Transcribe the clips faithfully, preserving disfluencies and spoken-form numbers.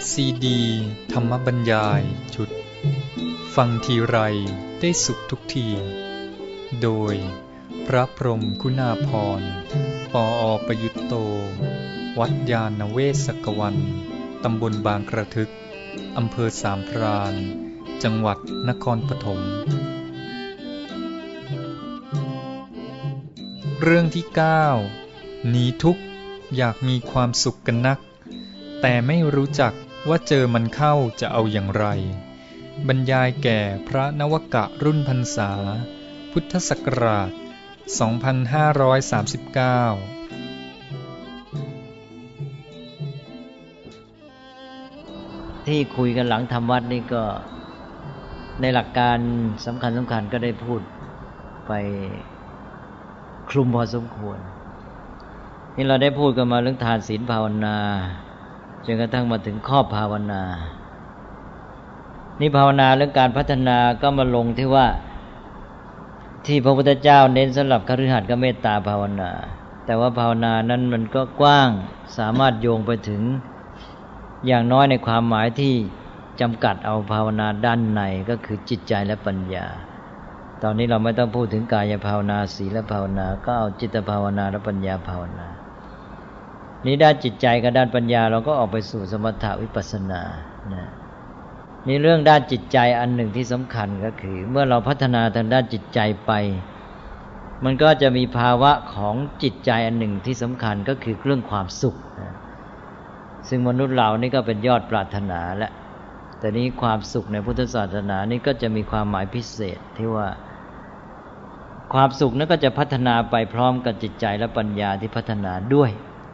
ซีดีธรรมบรรยายชุดฟังทีไรได้สุขทุกทีโดยพระพรหมคุณาภรณ์ปออประยุตโตวัดยาณเวศกวันตำบลบางกระทึกอำเภอสามพรานจังหวัดนครปฐมเรื่องที่เก้าหนีทุกข์อยากมีความสุขกันนักแต่ไม่รู้จักว่าเจอมันเข้าจะเอาอย่างไรบรรยายแก่พระนวกะรุ่นพรรษาพุทธศักราชสองพันห้าร้อยสามสิบเก้าที่คุยกันหลังทำวัดนี่ก็ในหลักการสำคัญสำคัญก็ได้พูดไปคลุมพอสมควรนี่เราได้พูดกันมาเรื่องทานศีลภาวนาจนกระทั่งมาถึงข้อภาวนานี่ภาวนาเรื่องการพัฒนาก็มาลงที่ว่าที่พระพุทธเจ้าเน้นสำหรับคฤหัสถ์ก็เมตตาภาวนาแต่ว่าภาวนานั้นมันก็กว้างสามารถโยงไปถึงอย่างน้อยในความหมายที่จำกัดเอาภาวนาด้านในก็คือจิตใจและปัญญาตอนนี้เราไม่ต้องพูดถึงกายภาวนาศีลภาวนาก็เอาจิตภาวนาและปัญญาภาวนานี้ด้านจิตใจกับด้านปัญญาเราก็ออกไปสู่สมถะวิปัสสนานะนี่เรื่องด้านจิตใจอันหนึ่งที่สำคัญก็คือเมื่อเราพัฒนาทางด้านจิตใจไปมันก็จะมีภาวะของจิตใจอันหนึ่งที่สำคัญก็คือเรื่องความสุขนะซึ่งมนุษย์เรานี่ก็เป็นยอดปรารถนาและแต่นี้ความสุขในพุทธศาสนานี่ก็จะมีความหมายพิเศษที่ว่าความสุขนั้นก็จะพัฒนาไปพร้อมกับจิตใจและปัญญาที่พัฒนาด้วย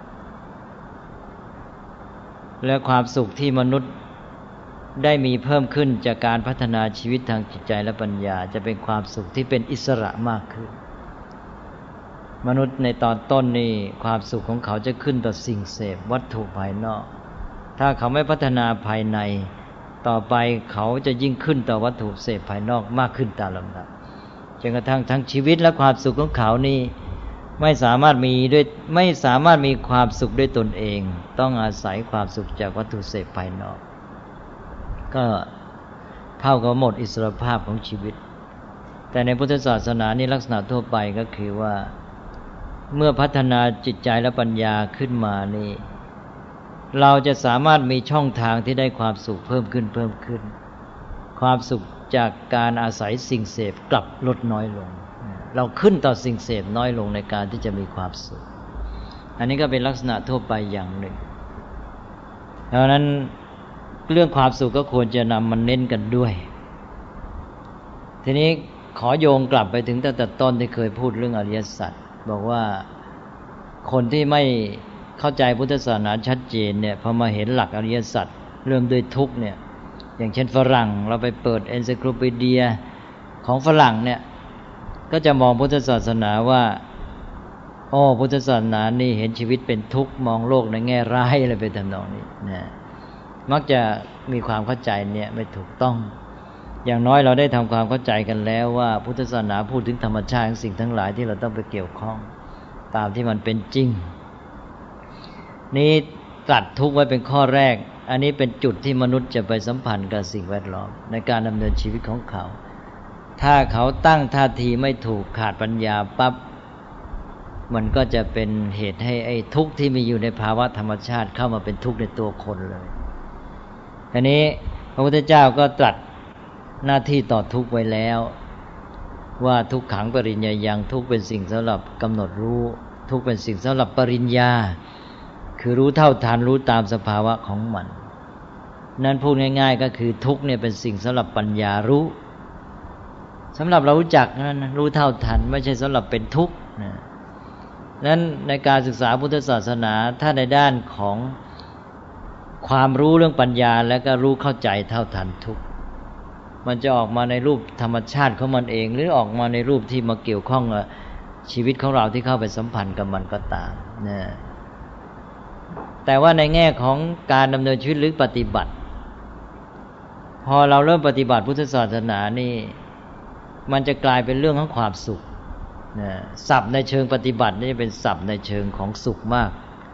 และความสุขที่มนุษย์ได้มีเพิ่มขึ้นจากการพัฒนาชีวิตทางจิตใจและปัญญาจะเป็นความสุขที่เป็นอิสระมากขึ้นมนุษย์ในตอนต้นนี่ความสุขของเขาจะขึ้นต่อสิ่งเสพวัตถุภายนอกถ้าเขาไม่พัฒนาภายในต่อไปเขาจะยิ่งขึ้นต่อวัตถุเสพภายนอกมากขึ้นตามลำดับจนกระทั่งทั้งชีวิตและความสุขของเขานี่ไม่สามารถมีด้วยไม่สามารถมีความสุขด้วยตนเองต้องอาศัยความสุขจากวัตถุเสพภายนอกก็เท่ากับหมดอิสรภาพของชีวิตแต่ในพุทธศาสนานี่ลักษณะทั่วไปก็คือว่าเมื่อพัฒนาจิตใจและปัญญาขึ้นมานี่เราจะสามารถมีช่องทางที่ได้ความสุขเพิ่มขึ้นเพิ่มขึ้นความสุขจากการอาศัยสิ่งเสพกลับลดน้อยลงเราขึ้นต่อสิ่งเสพน้อยลงในการที่จะมีความสุขอันนี้ก็เป็นลักษณะทั่วไปอย่างหนึ่งเพราะนั้นเรื่องความสุขก็ควรจะนำมันเน้นกันด้วยทีนี้ขอโยงกลับไปถึงตั้งแต่ต้นที่เคยพูดเรื่องอริยสัจบอกว่าคนที่ไม่เข้าใจพุทธศาสนาชัดเจนเนี่ยพอมาเห็นหลักอริยสัจเริ่มด้วยทุกข์เนี่ยอย่างเช่นฝรั่งเราไปเปิดเอนไซโคลปีเดียของฝรั่งเนี่ยก็จะมองพุทธศาสนาว่าอ๋อพุทธศาสนานี่เห็นชีวิตเป็นทุกข์มองโลกในแง่ร้ายอะไรไปทำนองนี้นะมักจะมีความเข้าใจเนี่ยไม่ถูกต้องอย่างน้อยเราได้ทำความเข้าใจกันแล้วว่าพุทธศาสนาพูดถึงธรรมชาติของสิ่งทั้งหลายที่เราต้องไปเกี่ยวข้องตามที่มันเป็นจริงนี้ตัดทุกข์ไว้เป็นข้อแรกอันนี้เป็นจุดที่มนุษย์จะไปสัมพันธ์กับสิ่งแวดล้อมในการดำเนินชีวิตของเขาถ้าเขาตั้งท่าทีไม่ถูกขาดปัญญาปั๊บมันก็จะเป็นเหตุให้ไอ้ทุกข์ที่มีอยู่ในภาวะธรรมชาติเข้ามาเป็นทุกข์ในตัวคนเลยทีนี้พระพุทธเจ้าก็ตรัสหน้าที่ต่อทุกข์ไว้แล้วว่าทุกขังปริญญายังทุกข์เป็นสิ่งสำหรับกำหนดรู้ทุกข์เป็นสิ่งสำหรับปริญญาคือรู้เท่าทันรู้ตามสภาวะของมันนั้นพูดง่ายๆก็คือทุกข์เนี่ยเป็นสิ่งสำหรับปัญญารู้สำหรับเรารู้จักนั้นรู้เท่าทันไม่ใช่สำหรับเป็นทุกข์นะนั้นในการศึกษาพุทธศาสนาถ้าในด้านของความรู้เรื่องปัญญาแล้วก็รู้เข้าใจเท่าทันทุกข์มันจะออกมาในรูปธรรมชาติของมันเองหรือออกมาในรูปที่มาเกี่ยวข้องกับชีวิตของเราที่เข้าไปสัมพันธ์กับมันก็ตามนะแต่ว่าในแง่ของการดำเนินชีวิตหรือปฏิบัติพอเราเริ่มปฏิบัติพุทธศาสนานี่มันจะกลายเป็นเรื่องของความสุขนะศัพท์ในเชิงปฏิบัตินี่เป็นศัพท์ในเชิงของสุขมาก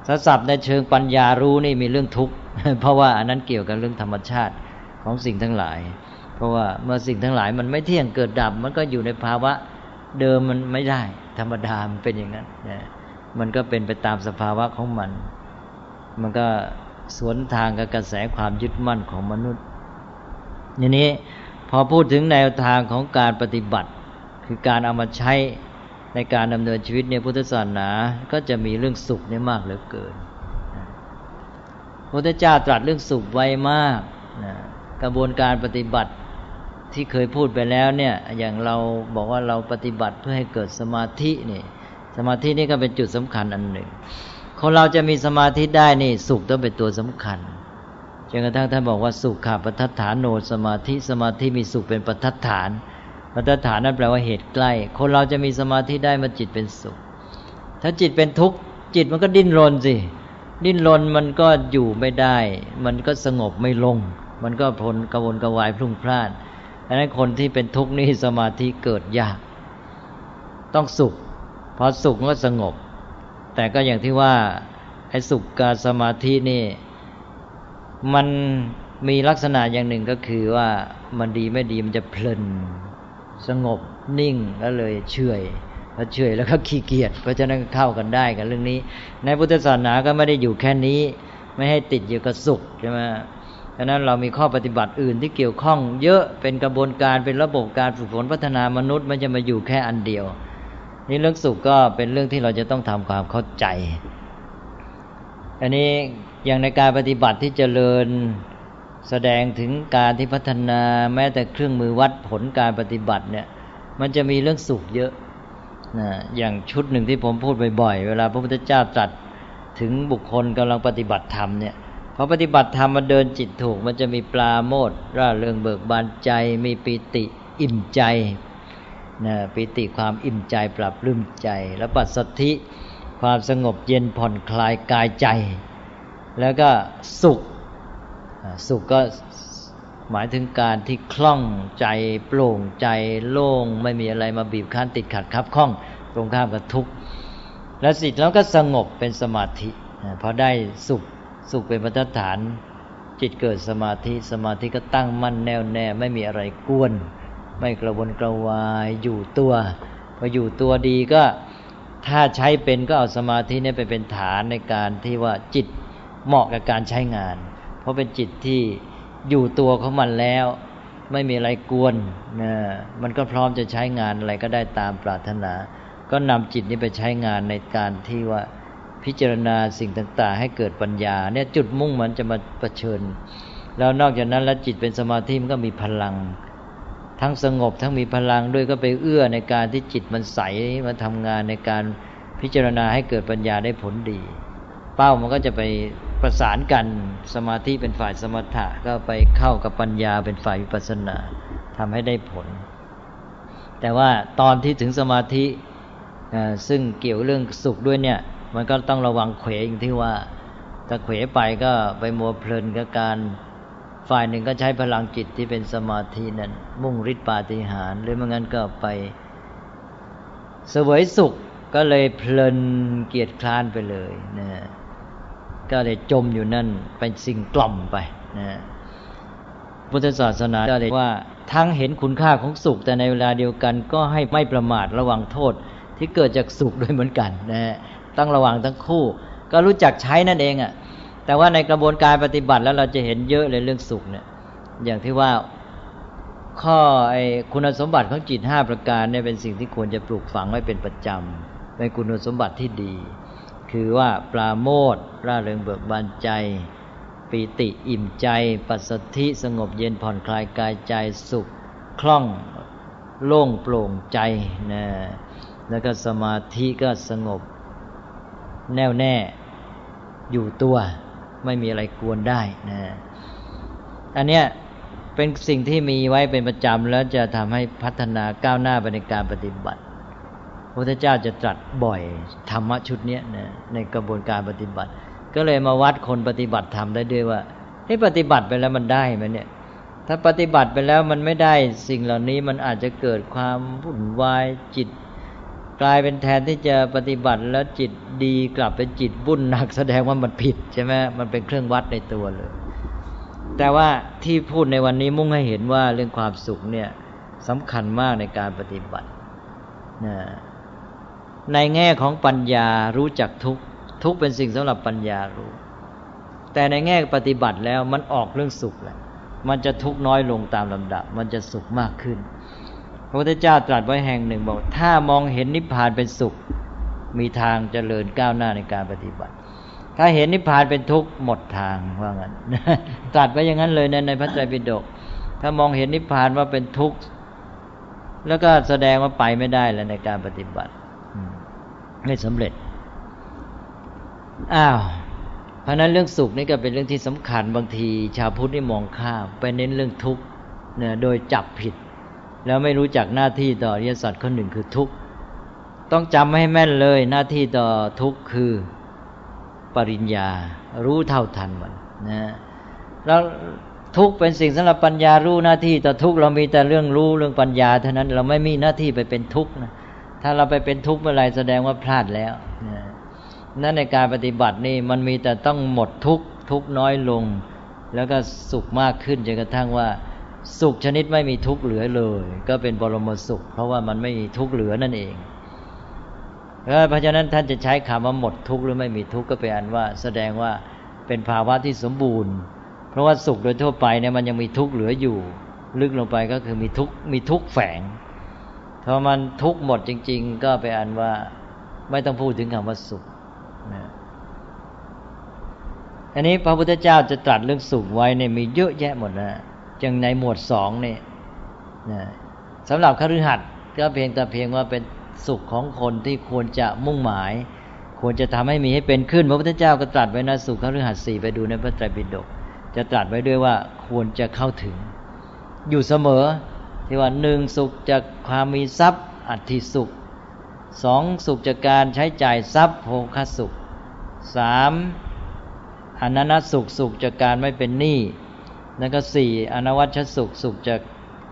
ศัพท์ในเชิงปัญญารู้นี่มีเรื่องทุกข์เพราะว่าอันนั้นเกี่ยวกับเรื่องธรรมชาติของสิ่งทั้งหลายเพราะว่าเมื่อสิ่งทั้งหลายมันไม่เที่ยงเกิดดับมันก็อยู่ในภาวะเดิมมันไม่ได้ธรรมดามันเป็นอย่างนั้นนะมันก็เป็นไปตามสภาวะของมันมันก็สวนทางกับกระแสความยึดมั่นของมนุษย์ทีนี้พอพูดถึงแนวทางของการปฏิบัติคือการเอามาใช้ในการดำเนินชีวิตในพุทธศาสนาก็จะมีเรื่องสุขนี่มากเหลือเกินพระพุทธเจ้าตรัสเรื่องสุขไว้มากนะกระบวนการปฏิบัติที่เคยพูดไปแล้วเนี่ยอย่างเราบอกว่าเราปฏิบัติเพื่อให้เกิดสมาธินี่สมาธินี่ก็เป็นจุดสำคัญอันหนึ่งคนเราจะมีสมาธิได้นี่สุขต้องเป็นตัวสำคัญจนกระทั่งท่านบอกว่าสุขขาปัฏฐฐานโนสมาธิสมาธิมีสุขเป็นปัฏฐฐานปัฏฐฐานนั่นแปลว่าเหตุใกล้คนเราจะมีสมาธิได้เมื่อจิตเป็นสุขถ้าจิตเป็นทุกข์จิตมันก็ดิ้นรนสิดิ้นรนมันก็อยู่ไม่ได้มันก็สงบไม่ลงมันก็พลกระวนกระวายพลุ่งพล่านดังนั้นคนที่เป็นทุกข์นี่สมาธิเกิดยากต้องสุขพอสุขก็สงบแต่ก็อย่างที่ว่าไอ้สุขกับสมาธินี่มันมีลักษณะอย่างหนึ่งก็คือว่ามันดีไม่ดีมันจะเพลินสงบนิ่งแล้วเลยเฉยพอเฉยแล้วก็ขี้เกียจเพราะฉะนั้นเข้ากันได้กับเรื่องนี้ในพุทธศาสนาก็ไม่ได้อยู่แค่นี้ไม่ให้ติดอยู่กับสุขใช่ไหมฉะนั้นเรามีข้อปฏิบัติอื่นที่เกี่ยวข้องเยอะเป็นกระบวนการเป็นระบบการฝึกฝนพัฒนามนุษย์มันจะมาอยู่แค่อันเดียวนี่เรื่องสุขก็เป็นเรื่องที่เราจะต้องทำความเข้าใจอันนี้อย่างในการปฏิบัติที่เจริญแสดงถึงการที่พัฒนาแม้แต่เครื่องมือวัดผลการปฏิบัติเนี่ยมันจะมีเรื่องสุขเยอะนะอย่างชุดหนึ่งที่ผมพูดบ่อยๆเวลาพระพุทธเจ้าตรัสถึงบุคคลกำลังปฏิบัติธรรมเนี่ยพอปฏิบัติธรรมมันเดินจิตถูกมันจะมีปราโมทย์ร่าเริงเบิกบานใจมีปีติอิ่มใจนะปีติความอิ่มใจปรับปลื้มใจแล้วปัสสัทธิความสงบเย็นผ่อนคลายกายใจแล้วก็สุขสุขก็หมายถึงการที่คล่องใจโปร่งใจโล่งไม่มีอะไรมาบีบคั้นติดขัดคับข้องตรงข้ามกับทุกข์แล้วสิแล้วก็สงบเป็นสมาธิพอได้สุขสุขเป็นปัฏฐานจิตเกิดสมาธิสมาธิก็ตั้งมั่นแน่วแน่ไม่มีอะไรกวนไม่กระวนกระวายอยู่ตัวพออยู่ตัวดีก็ถ้าใช้เป็นก็เอาสมาธินี้ไปเป็นฐานในการที่ว่าจิตเหมาะกับการใช้งานเพราะเป็นจิตที่อยู่ตัวของมันแล้วไม่มีอะไรกวนนะมันก็พร้อมจะใช้งานอะไรก็ได้ตามปรารถนาก็นำจิตนี้ไปใช้งานในการที่ว่าพิจารณาสิ่งต่างๆให้เกิดปัญญาเนี่ยจุดมุ่งมันจะมาเผชิญแล้วนอกจากนั้นแล้วจิตเป็นสมาธิมันก็มีพลังทั้งสงบทั้งมีพลังด้วยก็ไปเอื้อในการที่จิตมันใสมาทำงานในการพิจารณาให้เกิดปัญญาได้ผลดีเป้ามันก็จะไปประสานกันสมาธิเป็นฝ่ายสมถะก็ไปเข้ากับปัญญาเป็นฝ่ายวิปัสสนาทำให้ได้ผลแต่ว่าตอนที่ถึงสมาธิซึ่งเกี่ยวเรื่องสุขด้วยเนี่ยมันก็ต้องระวังเขวอย่างที่ว่าถ้าเขวไปก็ไปมัวเพลินกับการฝ่ายหนึ่งก็ใช้พลังจิตที่เป็นสมาธินั้นมุ่งฤทธิปาฏิหาริย์หรือไม่งั้นก็ไปเสวยสุขก็เลยเพลินเกียจคร้านไปเลยนะก็เลยจมอยู่นั่นเป็นสิ่งกล่อมไปนะพุทธศาสนาก็เลยว่าทั้งเห็นคุณค่าของสุขแต่ในเวลาเดียวกันก็ให้ไม่ประมาทระวังโทษที่เกิดจากสุขด้วยเหมือนกันนะต้องระวังทั้งคู่ก็รู้จักใช้นั่นเองอ่ะแต่ว่าในกระบวนการปฏิบัติแล้วเราจะเห็นเยอะเลยเรื่องสุขเนี่ยอย่างที่ว่าข้อไอ้คุณสมบัติของจิตห้าประการเนี่ยเป็นสิ่งที่ควรจะปลูกฝังไว้เป็นประจำเป็นคุณสมบัติที่ดีคือว่าปราโมทย์ร่าเริงเบิกบานใจปีติอิ่มใจปัสสัทธิสงบเย็นผ่อนคลายกายใจสุขคล่องโล่งโปร่งใจนะแล้วก็สมาธิก็สงบแน่วแน่อยู่ตัวไม่มีอะไรกวนได้นะอันเนี้ยเป็นสิ่งที่มีไว้เป็นประจำแล้วจะทำให้พัฒนาก้าวหน้าไปในการปฏิบัติพระพุทธเจ้าจะตรัสบ่อยธรรมะชุดนี้นะในกระบวนการปฏิบัติก็เลยมาวัดคนปฏิบัติธรรมได้ด้วยว่าให้ปฏิบัติไปแล้วมันได้ไหมเนี่ยถ้าปฏิบัติไปแล้วมันไม่ได้สิ่งเหล่านี้มันอาจจะเกิดความวุ่นวายจิตกลายเป็นแทนที่จะปฏิบัติแล้วจิตดีกลับเป็นจิตวุ่นหนักแสดงว่ามันผิดใช่ไหมมันเป็นเครื่องวัดในตัวเลยแต่ว่าที่พูดในวันนี้มุ่งให้เห็นว่าเรื่องความสุขเนี่ยสำคัญมากในการปฏิบัตินะในแง่ของปัญญารู้จักทุกข์ทุกข์เป็นสิ่งสำหรับปัญญารู้แต่ในแง่ปฏิบัติแล้วมันออกเรื่องสุขแหละมันจะทุกข์น้อยลงตามลำดับมันจะสุขมากขึ้นพระพุทธเจ้าตรัสไว้แห่งหนึ่งบอกถ้ามองเห็นนิพพานเป็นสุขมีทางเจริญก้าวหน้าในการปฏิบัติถ้าเห็นนิพพานเป็นทุกข์หมดทางว่างั้นตรัสไว้อย่างนั้นเลยในในพระไตรปิฎกถ้ามองเห็นนิพพานว่าเป็นทุกข์แล้วก็แสดงว่าไปไม่ได้แล้วในการปฏิบัติไม่สำเร็จอ้าวเพราะนั้นเรื่องสุขนี่ก็เป็นเรื่องที่สำคัญบางทีชาวพุทธนี่มองข้ามไปเน้นเรื่องทุกข์เนี่ยโดยจับผิดแล้วไม่รู้จักหน้าที่ต่ออริยสัจข้อหนึ่งคือทุกข์ต้องจำให้แม่นเลยหน้าที่ต่อทุกข์คือปริญญารู้เท่าทันมันนะแล้วทุกข์เป็นสิ่งสำหรับปัญญารู้หน้าที่ต่อทุกข์เรามีแต่เรื่องรู้เรื่องปัญญาเท่านั้นเราไม่มีหน้าที่ไปเป็นทุกข์นะถ้าเราไปเป็นทุกข์เมื่อไรแสดงว่าพลาดแล้วนะนั่นในการปฏิบัตินี่มันมีแต่ต้องหมดทุกข์ทุกข์น้อยลงแล้วก็สุขมากขึ้นจนกระทั่งว่าสุขชนิดไม่มีทุกข์เหลือเลยก็เป็นบรมสุขเพราะว่ามันไม่มีทุกข์เหลือนั่นเองเพราะฉะนั้นท่านจะใช้คำว่าหมดทุกข์หรือไม่มีทุกข์ก็เป็นอันว่าแสดงว่าเป็นภาวะที่สมบูรณ์เพราะว่าสุขโดยทั่วไปเนี่ยมันยังมีทุกข์เหลืออยู่ลึกลงไปก็คือมีทุกข์มีทุกข์แฝงถ้ามันทุกข์หมดจริงๆก็เป็นอันว่าไม่ต้องพูดถึงคำว่าสุขนะอันนี้พระพุทธเจ้าจะตรัสเรื่องสุขไว้เนี่ยมีเยอะแยะหมดนะจังในหมวดสองนี่นะสำหรับคฤหัสถ์ก็เพียงแต่เพียงว่าเป็นสุขของคนที่ควรจะมุ่งหมายควรจะทำให้มีให้เป็นขึ้นพระพุทธเจ้าก็ตรัสไว้นะสุขคฤหัสถ์สี่ไปดูในพระไตรปิฎกจะตรัสไว้ด้วยว่าควรจะเข้าถึงอยู่เสมอที่ว่าหนึ่งสุขจากความมีทรัพย์อัตถิสุขสองสุขจากการใช้จ่ายทรัพย์โภคสุขสามอนันตสุขสุขจากการไม่เป็นหนี้แล้วก็สี่อนวัชชสุขสุขจาก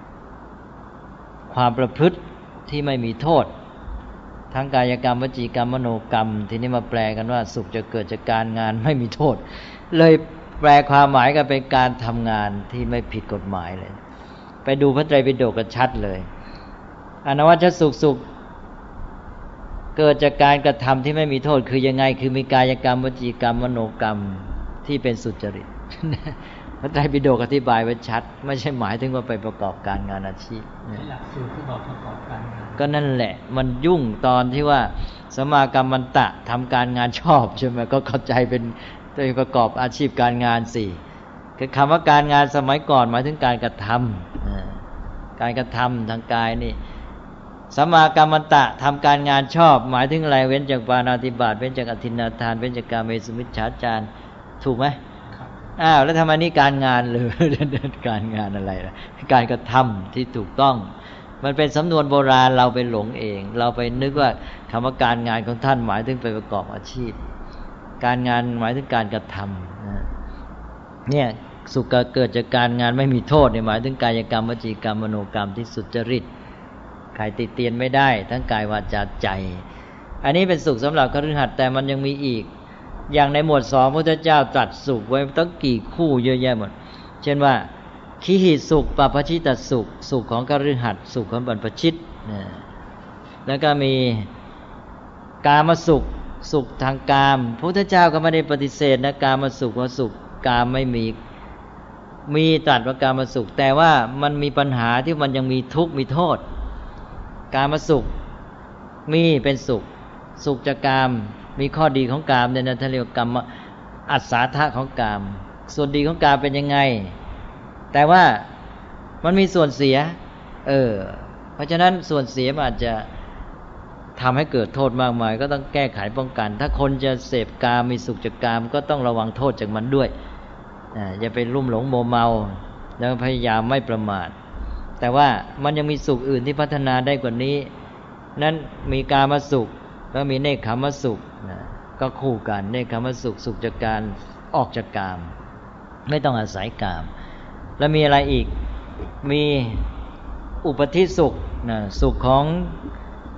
ความประพฤติที่ไม่มีโทษทั้งกายกรรมวจีกรรมมโนกรรมทีนี้มาแปลกันว่าสุขจะเกิดจากการงานไม่มีโทษเลยแปลความหมายก็เป็นการทำงานที่ไม่ผิดกฎหมายเลยไปดูพระไตรปิฎกกันชัดเลยอนวัชชสุขสุขเกิดจากการกระทำที่ไม่มีโทษคือยังไงคือมีกายกรรมวจีกรรมมโนกรรมที่เป็นสุจริตพระไตรปิฎกอธิบายไว้ชัดไม่ใช่หมายถึงว่าไปประกอบการงานอาชีพหลักสูตรที่บอกประกอบการงานก็นั่นแหละมันยุ่งตอนที่ว่าสมากัมมันตะทำการงานชอบใช่ไหมก็เข้าใจเป็นตัวประกอบอาชีพการงานสี่คือคำว่าการงานสมัยก่อนหมายถึงการกระทำการกระทำทางกายนี่สัมมากัมมันตะทำการงานชอบหมายถึงอะไรเว้นจากปาณาติบาตเว้นจากอทินนาทานเว้นจากกาเมสุมิจฉาจารถูกไหมอ้าวแล้วทำไมนี่การงานเลยการงานอะไรล่ะการกระทำที่ถูกต้องมันเป็นสำนวนโบราณเราไปหลงเองเราไปนึกว่าคำว่าการงานของท่านหมายถึงไปประกอบอาชีพการงานหมายถึงการกระทำเนี่ยสุขเกิดจากการงานไม่มีโทษเนี่ยหมายถึงกายกรรมวจีกรรมมโนกรรมที่สุจริตใครติเตียนไม่ได้ทั้งกายวาจาใจอันนี้เป็นสุขสำหรับคฤหัสถ์แต่มันยังมีอีกอย่างในหมวดสองพระพุทธเจ้าตรัสสุขไว้ตั้งกี่คู่เยอะแยะหมดเช่นว่าคิหิสุขปปชิตสุขสุขของคฤหัสถ์สุขของบรรพชิตแล้วก็มีกามสุขสุขทางกามพระพุทธเจ้าก็ไม่ได้ปฏิเสธนะกามสุขว่าสุขกามไม่มีมีตรัสว่ากามสุขแต่ว่ามันมีปัญหาที่มันยังมีทุกข์มีโทษกามสุขมีเป็นสุขสุขจากกามมีข้อดีของกามเนี่ยนะท่านเรียกว่ากรรมอัศาทะของกามส่วนดีของกามเป็นยังไงแต่ว่ามันมีส่วนเสียเออเพราะฉะนั้นส่วนเสียมันอาจจะทำให้เกิดโทษมากมายก็ต้องแก้ไขป้องกันถ้าคนจะเสพกามมีสุขจากกามก็ต้องระวังโทษจากมันด้วยอ่าอย่าไปลุ่มหลงโมเมาแล้วพยายามไม่ประมาทแต่ว่ามันยังมีสุขอื่นที่พัฒนาได้กว่านี้นั้นมีกามสุขแล้วมีเนคขมสุขนะก็คู่กันเนคขมสุขสุขจากการออกจากกามไม่ต้องอาศัยกามแล้วมีอะไรอีกมีอุปธิสุขนะสุขของค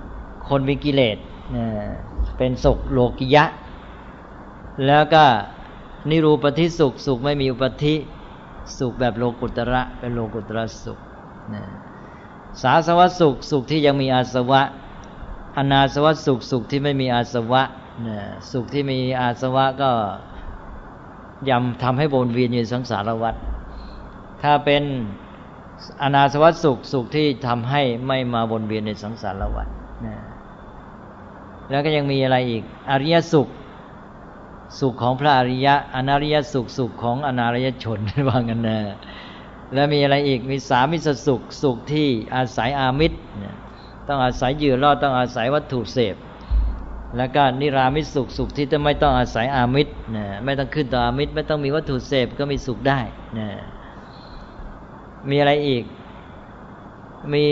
คนมีกิเลสเป็นสุขโลกิยะแล้วก็นิรูปธิสุขสุขไม่มีอุปธิสุขแบบโลกุตระเป็นโลกุตระสุขสาสวะสุขสุขที่ยังมีอาสวะอนาสวะสุขสุขที่ไม่มีอาสวะสุขที่มีอาสวะก็ย่ำทำให้วนเวียนอยู่ในสังสารวัฏถ้าเป็นอนาสวะสุขสุขที่ทำให้ไม่มาวนเวียนในสังสารวัฏแล้วก็ยังมีอะไรอีกอริยสุขสุขของพระอริยะอนาริยสุขสุขของอนาริยชนว่างั้นนะแล้วมีอะไรอีกมีสามิสสุขสุขที่อาศัยอามิตรต้องอาศัยเหยื่อล่อต้องอาศัยวัตถุเสพแล้วก็นิรามิตสุขสุขที่จะไม่ต้องอาศัยอามิตรนะไม่ต้องขึ้นต่ออามิตรไม่ต้องมีวัตถุเสพก็มีสุขได้นะมีอะไรอีกมี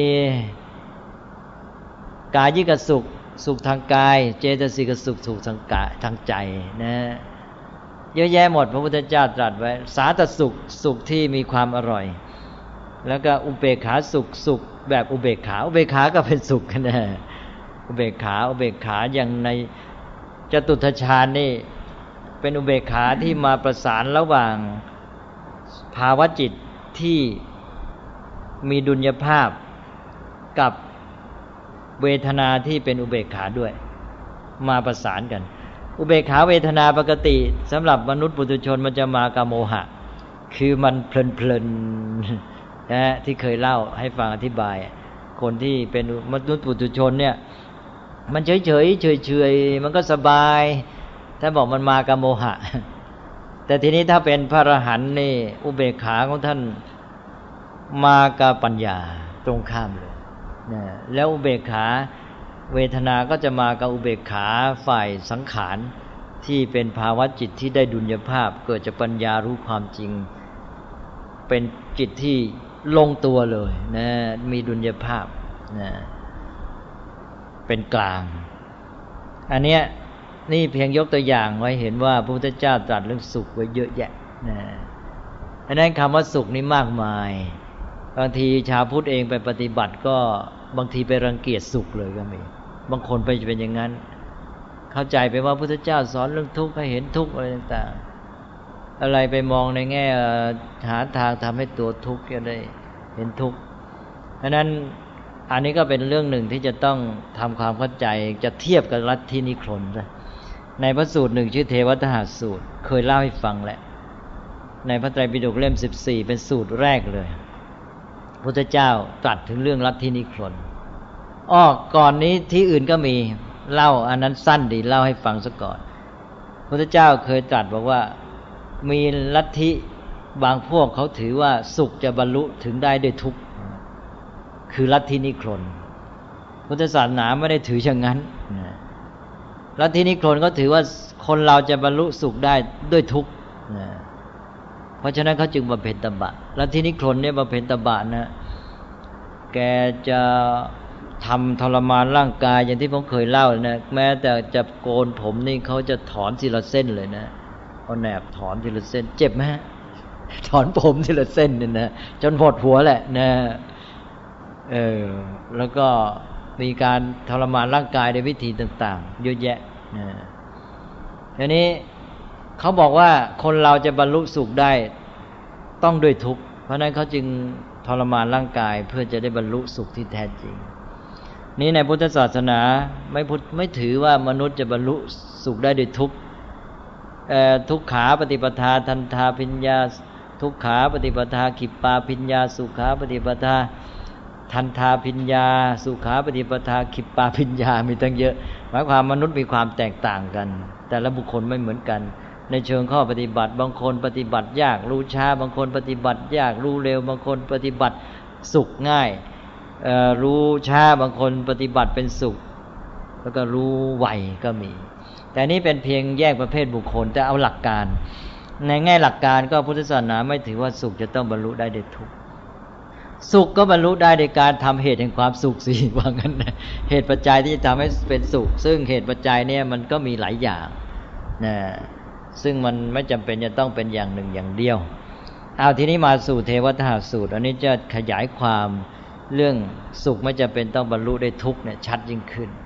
กายิกสุขสุขทางกายเจตสิกสุขสุขทางกายทางใจนะเยอะแยะหมดพระพุทธเจ้าตรัสไว้สาตสุขสุขที่มีความอร่อยแล้วก็อุเบกขาสุขสุขแบบอุเบกขาอุเบกขาก็เป็นสุขนะอุเบกขาอุเบกขาอย่างในจตุตถฌานนี่เป็นอุเบกขาที่มาประสานระหว่างภาวะจิตที่มีดุลยภาพกับเวทนาที่เป็นอุเบกขาด้วยมาประสานกันอุเบกขาเวทนาปกติสำหรับมนุษย์ปุถุชนมันจะมากับโมหะคือมันเพลินๆนะที่เคยเล่าให้ฟังอธิบายคนที่เป็นมนุษย์ปุถุชนเนี่ยมันเฉยๆเฉยๆมันก็สบายถ้าบอกมันมากับโมหะแต่ทีนี้ถ้าเป็นพระอรหันต์นี่อุเบกขาของท่านมากับปัญญาตรงข้ามเลยนะแล้วอุเบกขาเวทนาก็จะมากับอุเบกขาฝ่ายสังขารที่เป็นภาวะจิตที่ได้ดุลยภาพเกิดจากปัญญารู้ความจริงเป็นจิตที่ลงตัวเลยนะมีดุลยภาพนะเป็นกลางอันเนี้ยนี่เพียงยกตัวอย่างไว้เห็นว่าพระพุทธเจ้าตรัสเรื่องสุขไว้เยอะแยะนะอันนั้นคำว่าสุขนี่มากมายบางทีชาวพุทธเองไปปฏิบัติก็บางทีไปรังเกียจสุขเลยก็มีบางคนไปเป็นอย่างนั้นเข้าใจไปว่าพระพุทธเจ้าสอนเรื่องทุกข์ให้เห็นทุกข์อะไรต่างๆอะไรไปมองในแง่หาทางทำให้ตัวทุกข์จะได้เห็นทุกข์เพราะนั้นอันนี้ก็เป็นเรื่องหนึ่งที่จะต้องทำความเข้าใจจะเทียบกับลัทธินิครนนะในพระสูตรหนึ่งชื่อเทวทหสูตรเคยเล่าให้ฟังแหละในพระไตรปิฎกเล่มสิบสี่เป็นสูตรแรกเลยพุทธเจ้าตรัสถึงเรื่องลัทธินิครนอ้อก่อนนี้ที่อื่นก็มีเล่าอันนั้นสั้นดีเล่าให้ฟังซะก่อนพุทธเจ้าเคยตรัสบอกว่ามีลัทธิบางพวกเขาถือว่าสุขจะบรรลุถึงได้ด้วยทุกข์คือลัทธินิครนพุทธศาสนาไม่ได้ถืออย่างนั้นลัทธินิครนก็ถือว่าคนเราจะบรรลุสุขได้ด้วยทุกข์เพราะฉะนั้นเขาจึงบำเพ็ญตบะลัทธินิครนเนี่ยบำเพ็ญตบะนะแกจะทำทรมานร่างกายอย่างที่ผมเคยเล่านะแม้แต่จะโกนผมนี่เขาจะถอนทีละเส้นเลยนะเอาแหนบถอนทีละเส้นเจ็บไหมถอนผมทีละเส้นเนี่ยนะจนหมดหัวแหละนะเออแล้วก็มีการทรมานร่างกายในวิธีต่างๆเยอะแยะนะทีนี้เขาบอกว่าคนเราจะบรรลุสุขได้ต้องด้วยทุกข์เพราะนั้นเขาจึงทรมานร่างกายเพื่อจะได้บรรลุสุขที่แท้จริงนี้ในพุทธศาสนาไม่พุทธไม่ถือว่ามนุษย์จะบรรลุสุขได้ด้วยทุกข์เอ่อทุกขาปฏิปทาทันทาพิญญาทุกขาปฏิปทาขิปปาพิญญาสุขาปฏิปทาทันทาพิญญาสุขาปฏิปทาขิปปาพิญญามีตั้งเยอะหมายความมนุษย์มีความแตกต่างกันแต่ละบุคคลไม่เหมือนกันในเชิงข้อปฏิบัติบางคนปฏิบัติยากรู้ช้าบางคนปฏิบัติยากรู้เร็วบางคนปฏิบัติสุขง่ายเอ่อรู้ช้าบางคนปฏิบัติเป็นสุขแล้วก็รู้ไวก็มีแต่นี้เป็นเพียงแยกประเภทบุคคลแต่เอาหลักการในแง่หลักการก็พุทธศาสนาไม่ถือว่าสุขจะต้องบรรลุได้ด้วยทุกข์สุขก็บรรลุได้โดยการทำเหตุแห่งความสุขสิว่างั้นนะเหตุปัจจัยที่จะทำให้เป็นสุขซึ่งเหตุปัจจัยเนี่ยมันก็มีหลายอย่างนะซึ่งมันไม่จำเป็นจะต้องเป็นอย่างหนึ่งอย่างเดียวเอาทีนี้มาสู่เทวทหสูตรอันนี้จะขยายความเรื่องสุขไม่จำเป็นต้องบรรลุได้ทุกข์เนี่ยชัดยิ่งขึ้น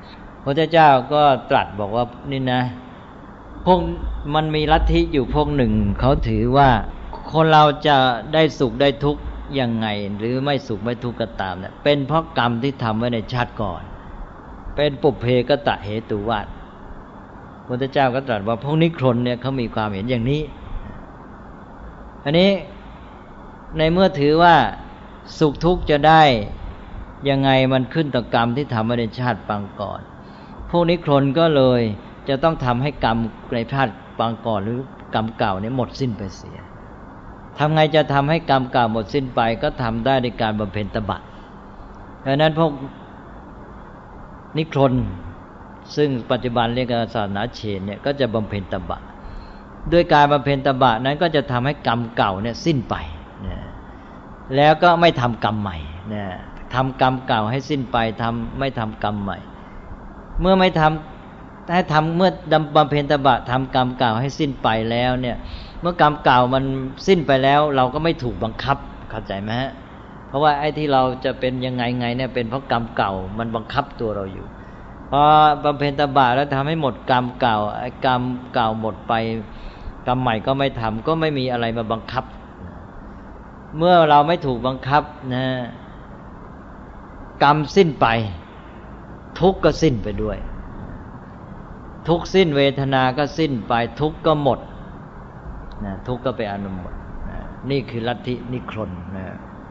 พระเจ้าก็ตรัสบอกว่านี่นะพวกมันมีลัทธิอยู่พวกหนึ่งเขาถือว่าคนเราจะได้สุขได้ทุกข์ยังไงหรือไม่สุขไม่ทุกข์ก็ตามเนี่ยเป็นเพราะกรรมที่ทำไว้ในชาติก่อนเป็นปุพเพกตเหตุวาทพระเจ้าก็ตรัสว่าพวกนิครนเนี่ยเขามีความเห็นอย่างนี้อันนี้ในเมื่อถือว่าสุขทุกข์จะได้ยังไงมันขึ้นต่อกรรมที่ทำไว้ในชาติปางก่อนพวกนิครนก็เลยจะต้องทำให้กรรมในชาติปางก่อนหรือกรรมเก่านี้หมดสิ้นไปเสียทำไงจะทำให้กรรมเก่าหมดสิ้นไปก็ทำได้ในการบำเพ็ญตบะเพราะนั้นพวกนิครนซึ่งปัจจุบันเรียกศาสนาเชนเนี่ยก็จะบำเพ็ญตบะด้วยการบำเพ็ญตบะนั้นก็จะทำให้กรรมเก่าเนี่ยสิ้นไปนะแล้วก็ไม่ทำกรรมใหม่นะทำกรรมเก่าให้สิ้นไปทำไม่ทำกรรมใหม่เมื่อไม่ทำให้ทำเมื่อบำเพ็ญตบะทำกรรมเก่าให้สิ้นไปแล้วเนี่ยเมื่อกรรมเก่ามันสิ้นไปแล้วเราก็ไม่ถูกบังคับเข้าใจไหมฮะเพราะว่าไอ้ที่เราจะเป็นยังไงไงเนี่ยเป็นเพราะกรรมเก่ามันบังคับตัวเราอยู่พอบำเพ็ญตบะแล้วทำให้หมดกรรมเก่าไอ้กรรมเก่าหมดไปกรรมใหม่ก็ไม่ทำก็ไม่มีอะไรมาบังคับเมื่อเราไม่ถูกบังคับนะกรรมสิ้นไปทุกข์ก็สิ้นไปด้วยทุกข์สิ้นเวทนาก็สิ้นไปทุกข์ก็หมดนะทุกข์ก็ไปอนุโมทนะนี่คือลัทธินิครนนะ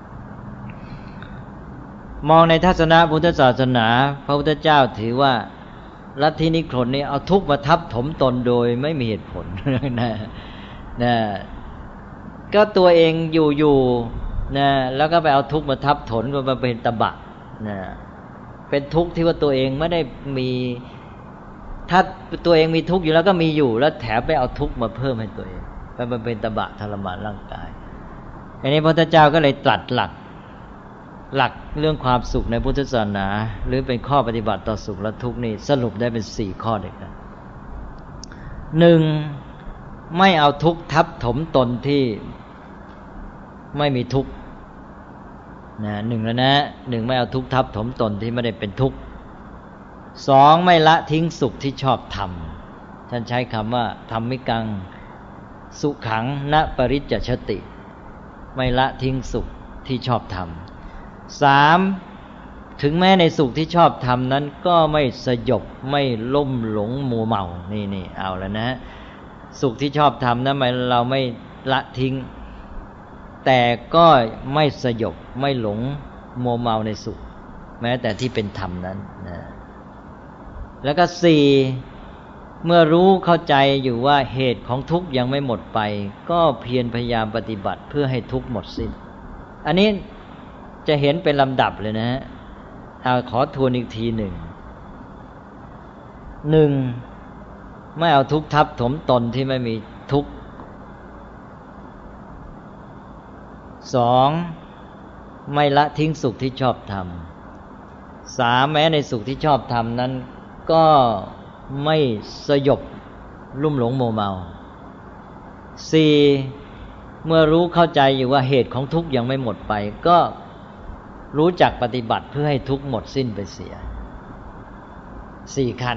มองในทัศนะพุทธศาสนาพระพุทธเจ้าถือว่าลัทธินิครนนี่เอาทุกข์มาทับถมตนโดยไม่มีเหตุผลนะนะก็ตัวเองอยู่ๆนะแล้วก็ไปเอาทุกข์มาทับถมมาเป็นตบะนะเป็นทุกข์ที่ว่าตัวเองไม่ได้มีถ้าตัวเองมีทุกข์อยู่แล้วก็มีอยู่แล้วแถมไปเอาทุกข์มาเพิ่มให้ตัวเองมันเป็นตบะทรมานร่างกายอันนี้พระพุทธเจ้าก็เลยตรัสหลักหลักเรื่องความสุขในพุทธศาสนาหรือเป็นข้อปฏิบัติต่อสุขและทุกข์นี่สรุปได้เป็นสี่ข้อด้วยกันหนึ่งไม่เอาทุกข์ทับถมตนที่ไม่มีทุกข์นะหนึ่งแล้วนะหนึ่งไม่เอาทุกข์ทับถมตนที่ไม่ได้เป็นทุกข์สองไม่ละทิ้งสุขที่ชอบทำท่านใช้คำว่าธรรมิกังสุขังณปริจจชติไม่ละทิ้งสุขที่ชอบทำสามถึงแม้ในสุขที่ชอบทำนั้นก็ไม่สยบไม่ล่มหลงมัวเมานี่นี่เอาแล้วนะสุขที่ชอบทำนั้นเราไม่ละทิ้งแต่ก็ไม่สยบไม่หลงมัวเมาในสุขแม้แต่ที่เป็นธรรมนั้นนะแล้วก็สี่เมื่อรู้เข้าใจอยู่ว่าเหตุของทุกข์ยังไม่หมดไปก็เพียรพยายามปฏิบัติเพื่อให้ทุกข์หมดสิ้นอันนี้จะเห็นเป็นลำดับเลยนะฮะเอาขอทวนอีกทีหนึ่งหนึ่งไม่เอาทุกข์ทับถมตนที่ไม่มีทุกข์สองไม่ละทิ้งสุขที่ชอบทำสามแม้ในสุขที่ชอบทำนั้นก็ไม่สยบลุ่มหลงโมเมาสี่เมื่อรู้เข้าใจอยู่ว่าเหตุของทุกข์ยังไม่หมดไปก็รู้จักปฏิบัติเพื่อให้ทุกข์หมดสิ้นไปเสียสี่ขั้น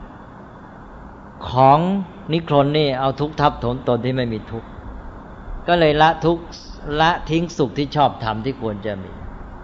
ของนิครนนี่เอาทุกข์ทับถมตนที่ไม่มีทุกข์ก็เลยละทุกข์ละทิ้งสุขที่ชอบทำที่ควรจะมี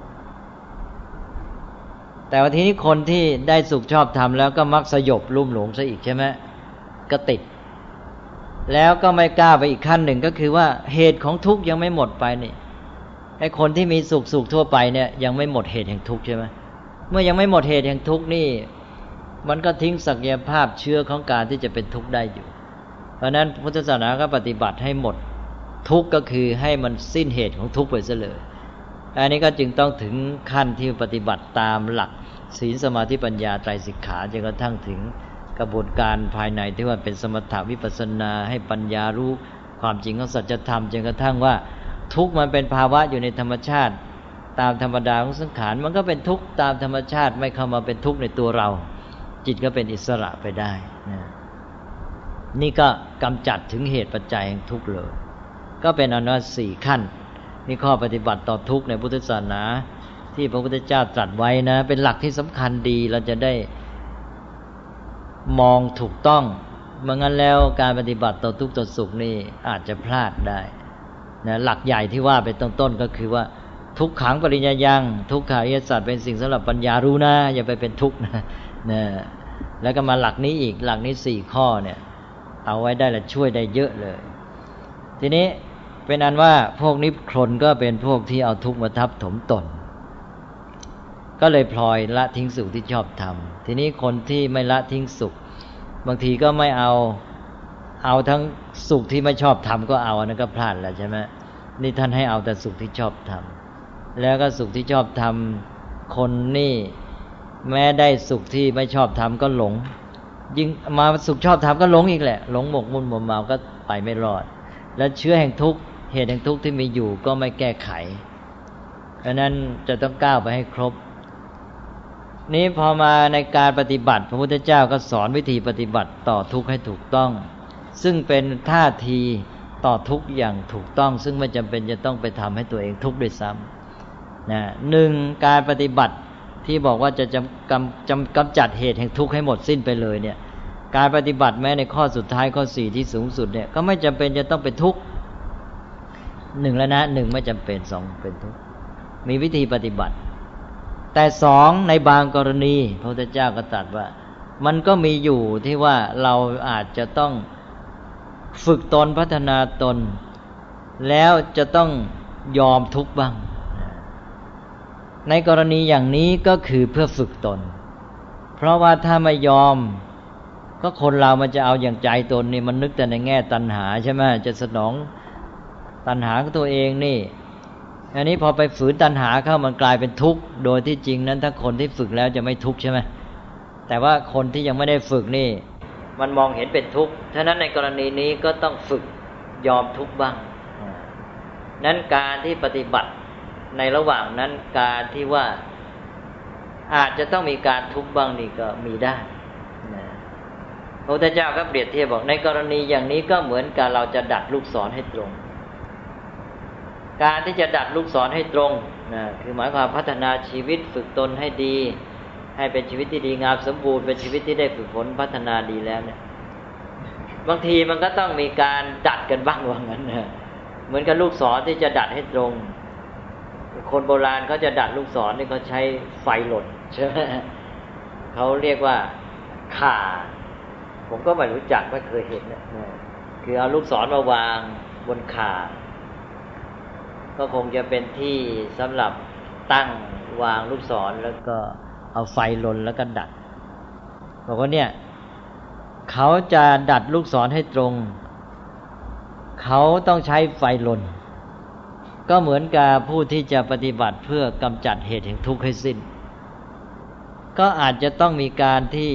แต่ว่าทีนี้คนที่ได้สุขชอบทำแล้วก็มักสยบลุ่มหลงซะอีกใช่ไหมก็ติดแล้วก็ไม่กล้าไปอีกขั้นหนึ่งก็คือว่าเหตุของทุกข์ยังไม่หมดไปนี่ไอ้คนที่มีสุขสุขทั่วไปเนี่ยยังไม่หมดเหตุแห่งทุกข์ใช่ไหมเมื่อยังไม่หมดเหตุแห่งทุกข์นี่มันก็ทิ้งศักยภาพเชื้อของการที่จะเป็นทุกข์ได้อยู่เพราะนั้นพุทธศาสนาก็ปฏิบัติให้หมดทุกข์ก็คือให้มันสิ้นเหตุของทุกข์ไปซะเลยอันนี้ก็จึงต้องถึงขั้นที่ปฏิบัติตามหลักศีลสมาธิปัญญาไตรสิกขาจนกระทั่งถึงกระบวนการภายในที่ว่าเป็นสมถะวิปัสสนาให้ปัญญารู้ความจริงของสัจธรรมจนกระทั่งว่าทุกข์มันเป็นภาวะอยู่ในธรรมชาติตามธรรมดาของสังขารมันก็เป็นทุกข์ตามธรรมชาติไม่เข้ามาเป็นทุกข์ในตัวเราจิตก็เป็นอิสระไปได้นะนี่ก็กำจัดถึงเหตุปัจจัยแห่งทุกข์เลยก็เป็นอนุญาตสี่ขั้นนี่ข้อปฏิบัติต่อทุกข์ในพุทธศาสนาที่พระพุทธเจ้าตรัสไว้นะเป็นหลักที่สำคัญดีเราจะได้มองถูกต้องเมื่องั้นแล้วการปฏิบัติต่อทุกข์ต่อสุขนี่อาจจะพลาดได้นะหลักใหญ่ที่ว่าไปต้นๆก็คือว่าทุกขังปริญญายังทุกขาริยสัจเป็นสิ่งสำหรับปัญญารู้นะอย่าไปเป็นทุกข์นะนะแล้วก็มาหลักนี้อีกหลักนี้สี่ข้อเนี่ยเอาไว้ได้และช่วยได้เยอะเลยทีนี้เป็นอันว่าพวกนิพพานก็เป็นพวกที่เอาทุกข์มาทับถมตนก็เลยพลอยละทิ้งสุขที่ชอบทำทีนี้คนที่ไม่ละทิ้งสุขบางทีก็ไม่เอาเอาทั้งสุขที่ไม่ชอบทำก็เอาอันนั้นก็พลาดแล้วใช่ไหมนี่ท่านให้เอาแต่สุขที่ชอบทำแล้วก็สุขที่ชอบทำคนนี่แม้ได้สุขที่ไม่ชอบทำก็หลงยิ่งมาสุขชอบทำก็หลงอีกแหละหลงหมกมุ่นมัวเมาก็ไปไม่รอดและเชื้อแห่งทุกข์เหตุแห่งทุกข์ที่มีอยู่ก็ไม่แก้ไขเพราะนั้นจะต้องก้าวไปให้ครบนี้พอมาในการปฏิบัติพระพุทธเจ้าก็สอนวิธีปฏิบัติต่อทุกข์ให้ถูกต้องซึ่งเป็นท่าทีต่อทุกข์อย่างถูกต้องซึ่งไม่จำเป็นจะต้องไปทำให้ตัวเองทุกข์ด้วยซ้ำนะหนึ่งการปฏิบัติที่บอกว่าจะจำกำจำกำจัดเหตุแห่งทุกข์ให้หมดสิ้นไปเลยเนี่ยการปฏิบัติแม้ในข้อสุดท้ายข้อสี่ที่สูงสุดเนี่ยก็ไม่จำเป็นจะต้องเป็นทุกข์หนึ่งแล้วนะหนึ่งไม่จำเป็นสองเป็นทุกข์มีวิธีปฏิบัติแต่สองในบางกรณีพระพุทธเจ้าก็ตรัสว่ามันก็มีอยู่ที่ว่าเราอาจจะต้องฝึกตนพัฒนาตนแล้วจะต้องยอมทุกข์บ้างในกรณีอย่างนี้ก็คือเพื่อฝึกตนเพราะว่าถ้าไม่ยอมก็คนเรามันจะเอาอย่างใจตนนี่มันนึกแต่ในแง่ตัณหาใช่ไหมจะสนองตัณหาของตัวเองนี่อันนี้พอไปฝืนตัณหาเข้ามันกลายเป็นทุกข์โดยที่จริงนั้นถ้าคนที่ฝึกแล้วจะไม่ทุกข์ใช่ไหมแต่ว่าคนที่ยังไม่ได้ฝึกนี่มันมองเห็นเป็นทุกข์ฉะนั้นในกรณีนี้ก็ต้องฝึกยอมทุกข์บ้างนั้นการที่ปฏิบัติในระหว่างนั้นการที่ว่าอาจจะต้องมีการทุกข์บ้างนี่ก็มีได้พระพุทธเจ้าก็เปรียบเทียบบอกในกรณีอย่างนี้ก็เหมือนกับเราจะดัดลูกศรให้ตรงการที่จะดัดลูกศรให้ตรงนะคือหมายความพัฒนาชีวิตฝึกตนให้ดีให้เป็นชีวิตที่ดีงามสมบูรณ์เป็นชีวิตที่ได้ฝึกฝนพัฒนาดีแล้วเนี่ยบางทีมันก็ต้องมีการดัดกันบ้างว่างั้นนะเหมือนกับลูกศรที่จะดัดให้ตรงคนโบราณเขาจะดัดลูกศรนี่เขาใช้ไฟหล่นใช่ไหมเขาเรียกว่าข่าผมก็ไม่รู้จักไม่เคยเห็นนะคือเอาลูกศรมาวางบนข่าก็คงจะเป็นที่สำหรับตั้งวางลูกศรแล้วก็เอาไฟลนแล้วก็ดัดบอกว่าเนี่ยเขาจะดัดลูกศรให้ตรงเขาต้องใช้ไฟลนก็เหมือนกับผู้ที่จะปฏิบัติเพื่อกำจัดเหตุแห่งทุกข์ให้สิ้นก็อาจจะต้องมีการที่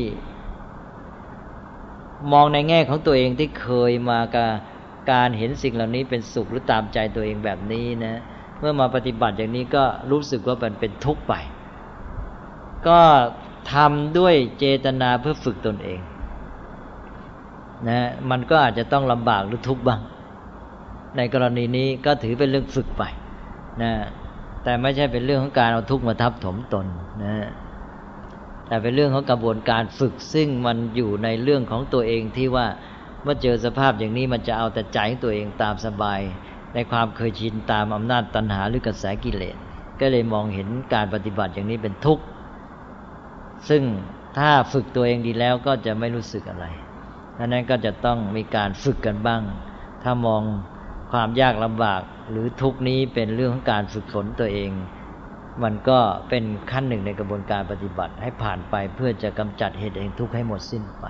มองในแง่ของตัวเองที่เคยมากับการเห็นสิ่งเหล่านี้เป็นสุขหรือตามใจตัวเองแบบนี้นะเมื่อมาปฏิบัติอย่างนี้ก็รู้สึกว่ามันเป็นทุกข์ไปก็ทำด้วยเจตนาเพื่อฝึกตนเองนะมันก็อาจจะต้องลำบากหรือทุกข์บ้างในกรณีนี้ก็ถือเป็นเรื่องฝึกไปนะแต่ไม่ใช่เป็นเรื่องของการเอาทุกข์มาทับถมตนนะแต่เป็นเรื่องของกระบวนการฝึกซึ่งมันอยู่ในเรื่องของตัวเองที่ว่าเมื่อเจอสภาพอย่างนี้มันจะเอาแต่ใจของตัวเองตามสบายในความเคยชินตามอำนาจตัณหาหรือกระแสกิเลสก็เลยมองเห็นการปฏิบัติอย่างนี้เป็นทุกข์ซึ่งถ้าฝึกตัวเองดีแล้วก็จะไม่รู้สึกอะไรดังนั้นก็จะต้องมีการฝึกกันบ้างถ้ามองความยากลำบากหรือทุกข์นี้เป็นเรื่องของการฝึกฝนตัวเองมันก็เป็นขั้นหนึ่งในกระบวนการปฏิบัติให้ผ่านไปเพื่อจะกำจัดเหตุแห่งทุกข์ให้หมดสิ้นไป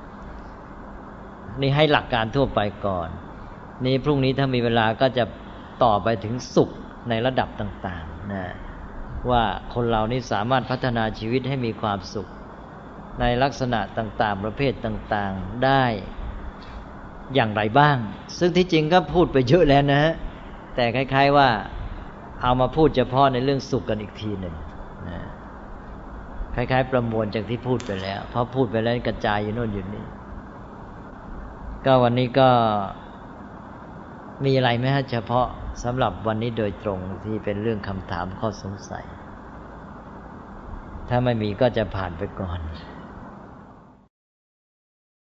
นี่ให้หลักการทั่วไปก่อนนี่พรุ่งนี้ถ้ามีเวลาก็จะต่อไปถึงสุขในระดับต่างๆนะว่าคนเรานี่สามารถพัฒนาชีวิตให้มีความสุขในลักษณะต่างๆประเภทต่างๆได้อย่างไรบ้างซึ่งที่จริงก็พูดไปเยอะแล้วนะฮะแต่คล้ายๆว่าเอามาพูดเฉพาะในเรื่องสุขกันอีกทีหนึ่งนะคล้ายๆประมวลจากที่พูดไปแล้วเพราะพูดไปแล้วกระจายอยู่โน่นอยู่นี่ก็วันนี้ก็มีอะไรไหมฮะเฉพาะสำหรับวันนี้โดยตรงที่เป็นเรื่องคำถามข้อสงสัยถ้าไม่มีก็จะผ่านไปก่อน